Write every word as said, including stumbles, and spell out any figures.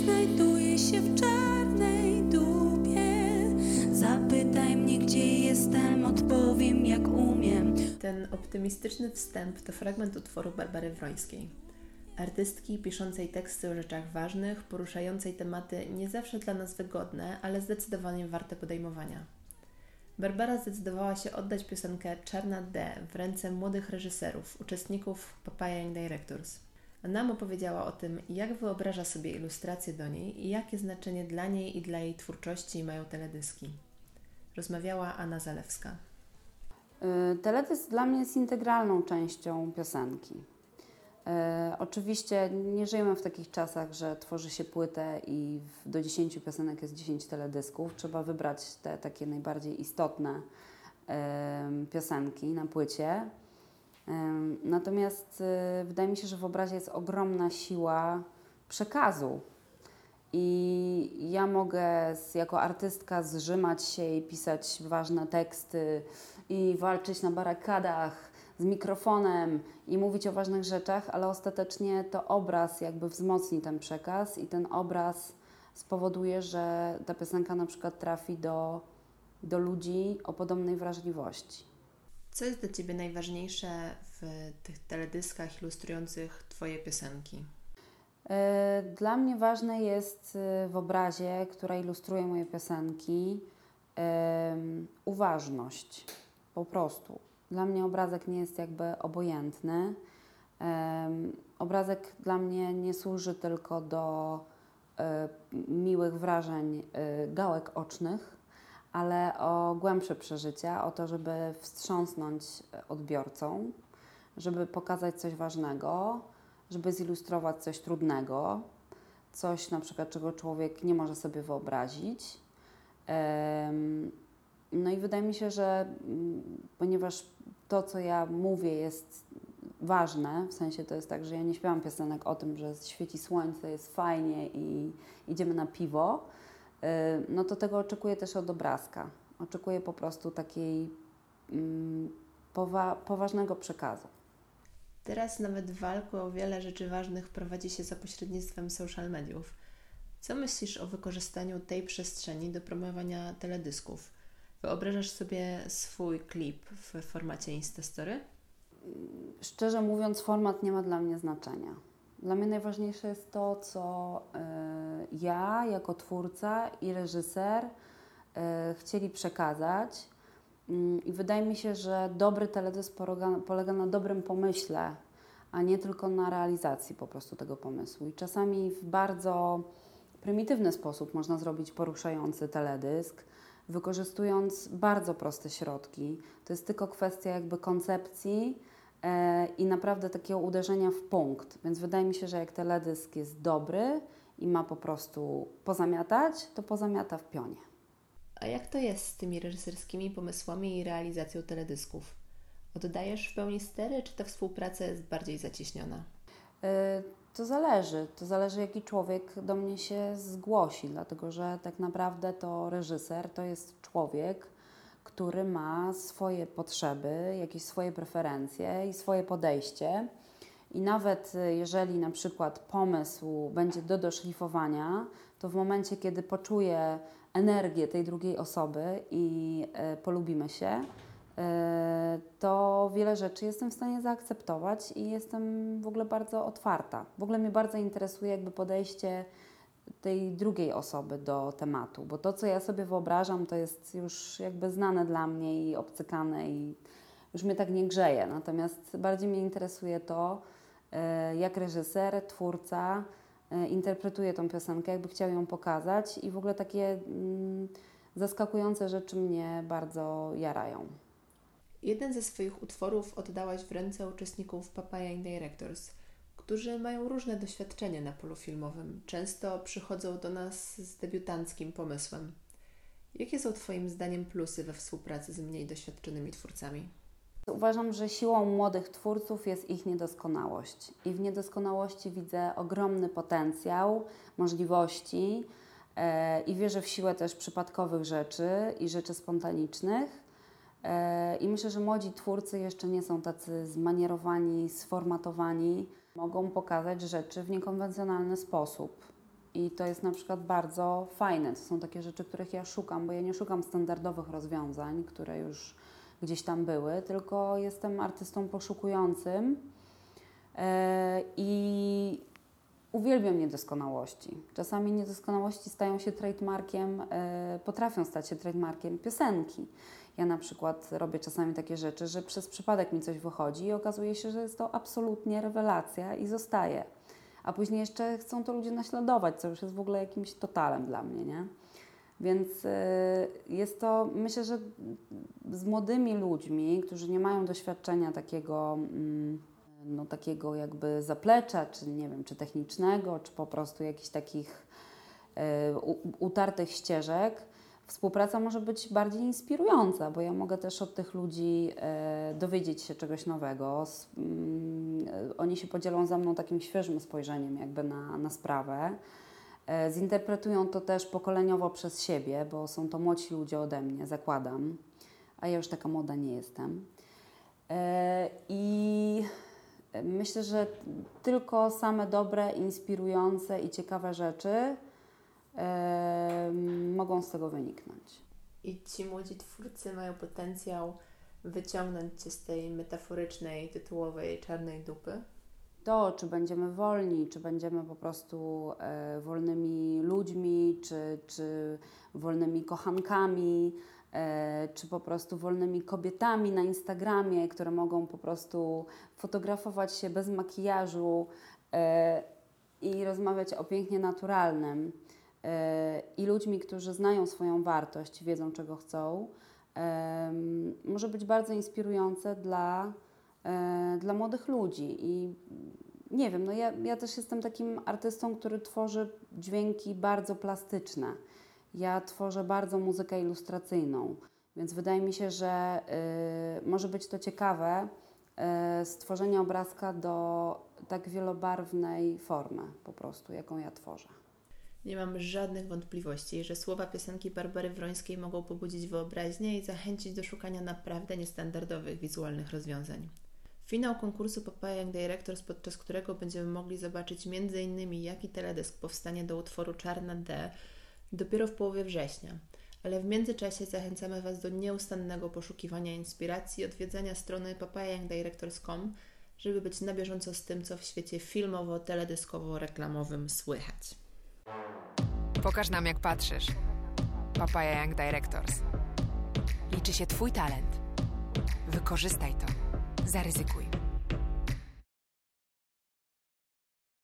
znajduję się w czarnej dupie. Zapytaj mnie, gdzie jestem, odpowiem jak umiem. Ten optymistyczny wstęp to fragment utworu Barbary Wrońskiej. Artystki piszącej teksty o rzeczach ważnych, poruszającej tematy nie zawsze dla nas wygodne, ale zdecydowanie warte podejmowania. Barbara zdecydowała się oddać piosenkę Czarna D w ręce młodych reżyserów, uczestników Papaya Directors. A nam opowiedziała o tym, jak wyobraża sobie ilustracje do niej i jakie znaczenie dla niej i dla jej twórczości mają teledyski. Rozmawiała Anna Zalewska. Teledysk dla mnie jest integralną częścią piosenki. E, oczywiście nie żyjemy w takich czasach, że tworzy się płytę i w, do dziesięciu piosenek jest dziesięć teledysków. Trzeba wybrać te takie najbardziej istotne e, piosenki na płycie. E, natomiast e, wydaje mi się, że w obrazie jest ogromna siła przekazu. I ja mogę z, jako artystka zrzymać się i pisać ważne teksty i walczyć na barakadach z mikrofonem i mówić o ważnych rzeczach, ale ostatecznie to obraz jakby wzmocni ten przekaz i ten obraz spowoduje, że ta piosenka na przykład trafi do, do ludzi o podobnej wrażliwości. Co jest dla Ciebie najważniejsze w tych teledyskach ilustrujących Twoje piosenki? Dla mnie ważne jest w obrazie, która ilustruje moje piosenki, uważność, po prostu. Dla mnie obrazek nie jest jakby obojętny. Obrazek dla mnie nie służy tylko do miłych wrażeń gałek ocznych, ale o głębsze przeżycia, o to, żeby wstrząsnąć odbiorcą, żeby pokazać coś ważnego, żeby zilustrować coś trudnego, coś na przykład, czego człowiek nie może sobie wyobrazić. No i wydaje mi się, że ponieważ to, co ja mówię, jest ważne, w sensie to jest tak, że ja nie śpiewam piosenek o tym, że świeci słońce, jest fajnie i idziemy na piwo, no to tego oczekuję też od obrazka. Oczekuję po prostu takiej powa- poważnego przekazu. Teraz nawet walkę o wiele rzeczy ważnych prowadzi się za pośrednictwem social mediów. Co myślisz o wykorzystaniu tej przestrzeni do promowania teledysków? Wyobrażasz sobie swój klip w formacie Instastory? Szczerze mówiąc, format nie ma dla mnie znaczenia. Dla mnie najważniejsze jest to, co y, ja jako twórca i reżyser y, chcieli przekazać. Y, I wydaje mi się, że dobry teledysk polega, polega na dobrym pomyśle, a nie tylko na realizacji po prostu tego pomysłu. I czasami w bardzo prymitywny sposób można zrobić poruszający teledysk, wykorzystując bardzo proste środki. To jest tylko kwestia jakby koncepcji e, i naprawdę takiego uderzenia w punkt. Więc wydaje mi się, że jak teledysk jest dobry i ma po prostu pozamiatać, to pozamiata w pionie. A jak to jest z tymi reżyserskimi pomysłami i realizacją teledysków? Oddajesz w pełni stery, czy ta współpraca jest bardziej zacieśniona? E, To zależy. To zależy, jaki człowiek do mnie się zgłosi, dlatego że tak naprawdę to reżyser to jest człowiek, który ma swoje potrzeby, jakieś swoje preferencje i swoje podejście. I nawet jeżeli na przykład pomysł będzie do doszlifowania, to w momencie, kiedy poczuję energię tej drugiej osoby i e, polubimy się, to wiele rzeczy jestem w stanie zaakceptować i jestem w ogóle bardzo otwarta. W ogóle mnie bardzo interesuje jakby podejście tej drugiej osoby do tematu, bo to, co ja sobie wyobrażam, to jest już jakby znane dla mnie i obcykane i już mnie tak nie grzeje. Natomiast bardziej mnie interesuje to, jak reżyser, twórca interpretuje tą piosenkę, jakby chciał ją pokazać i w ogóle takie mm, zaskakujące rzeczy mnie bardzo jarają. Jeden ze swoich utworów oddałaś w ręce uczestników Papaya Directors, którzy mają różne doświadczenie na polu filmowym. Często przychodzą do nas z debiutanckim pomysłem. Jakie są Twoim zdaniem plusy we współpracy z mniej doświadczonymi twórcami? Uważam, że siłą młodych twórców jest ich niedoskonałość. I w niedoskonałości widzę ogromny potencjał, możliwości yy, i wierzę w siłę też przypadkowych rzeczy i rzeczy spontanicznych. I myślę, że młodzi twórcy jeszcze nie są tacy zmanierowani, sformatowani. Mogą pokazać rzeczy w niekonwencjonalny sposób. I to jest na przykład bardzo fajne. To są takie rzeczy, których ja szukam, bo ja nie szukam standardowych rozwiązań, które już gdzieś tam były, tylko jestem artystą poszukującym e, i uwielbiam niedoskonałości. Czasami niedoskonałości stają się trademarkiem, e, potrafią stać się trademarkiem piosenki. Ja na przykład robię czasami takie rzeczy, że przez przypadek mi coś wychodzi i okazuje się, że jest to absolutnie rewelacja i zostaje. A później jeszcze chcą to ludzie naśladować, co już jest w ogóle jakimś totalem dla mnie, nie? Więc y, jest to, myślę, że z młodymi ludźmi, którzy nie mają doświadczenia takiego, mm, no, takiego jakby zaplecza, czy nie wiem, czy technicznego, czy po prostu jakichś takich y, u, utartych ścieżek, współpraca może być bardziej inspirująca, bo ja mogę też od tych ludzi e, dowiedzieć się czegoś nowego. S, mm, oni się podzielą ze mną takim świeżym spojrzeniem jakby na, na sprawę. E, zinterpretują to też pokoleniowo przez siebie, bo są to młodsi ludzie ode mnie, zakładam, a ja już taka młoda nie jestem. E, I myślę, że tylko same dobre, inspirujące i ciekawe rzeczy E, mogą z tego wyniknąć. I ci młodzi twórcy mają potencjał wyciągnąć Cię z tej metaforycznej, tytułowej czarnej dupy? To, czy będziemy wolni, czy będziemy po prostu e, wolnymi ludźmi, czy, czy wolnymi kochankami, e, czy po prostu wolnymi kobietami na Instagramie, które mogą po prostu fotografować się bez makijażu e, i rozmawiać o pięknie naturalnym. I ludźmi, którzy znają swoją wartość, wiedzą czego chcą, może być bardzo inspirujące dla, dla młodych ludzi. I nie wiem, no ja, ja też jestem takim artystą, który tworzy dźwięki bardzo plastyczne. Ja tworzę bardzo muzykę ilustracyjną, więc wydaje mi się, że y, może być to ciekawe y, stworzenie obrazka do tak wielobarwnej formy po prostu, jaką ja tworzę. Nie mam żadnych wątpliwości, że słowa piosenki Barbary Wrońskiej mogą pobudzić wyobraźnię i zachęcić do szukania naprawdę niestandardowych wizualnych rozwiązań. Finał konkursu Papaya Young Directors, podczas którego będziemy mogli zobaczyć między innymi jaki teledysk powstanie do utworu Czarna D, dopiero w połowie września. Ale w międzyczasie zachęcamy Was do nieustannego poszukiwania inspiracji i odwiedzania strony papaya young directors kropka com, żeby być na bieżąco z tym, co w świecie filmowo-teledyskowo-reklamowym słychać. Pokaż nam, jak patrzysz. Papaya Young Directors. Liczy się Twój talent. Wykorzystaj to. Zaryzykuj.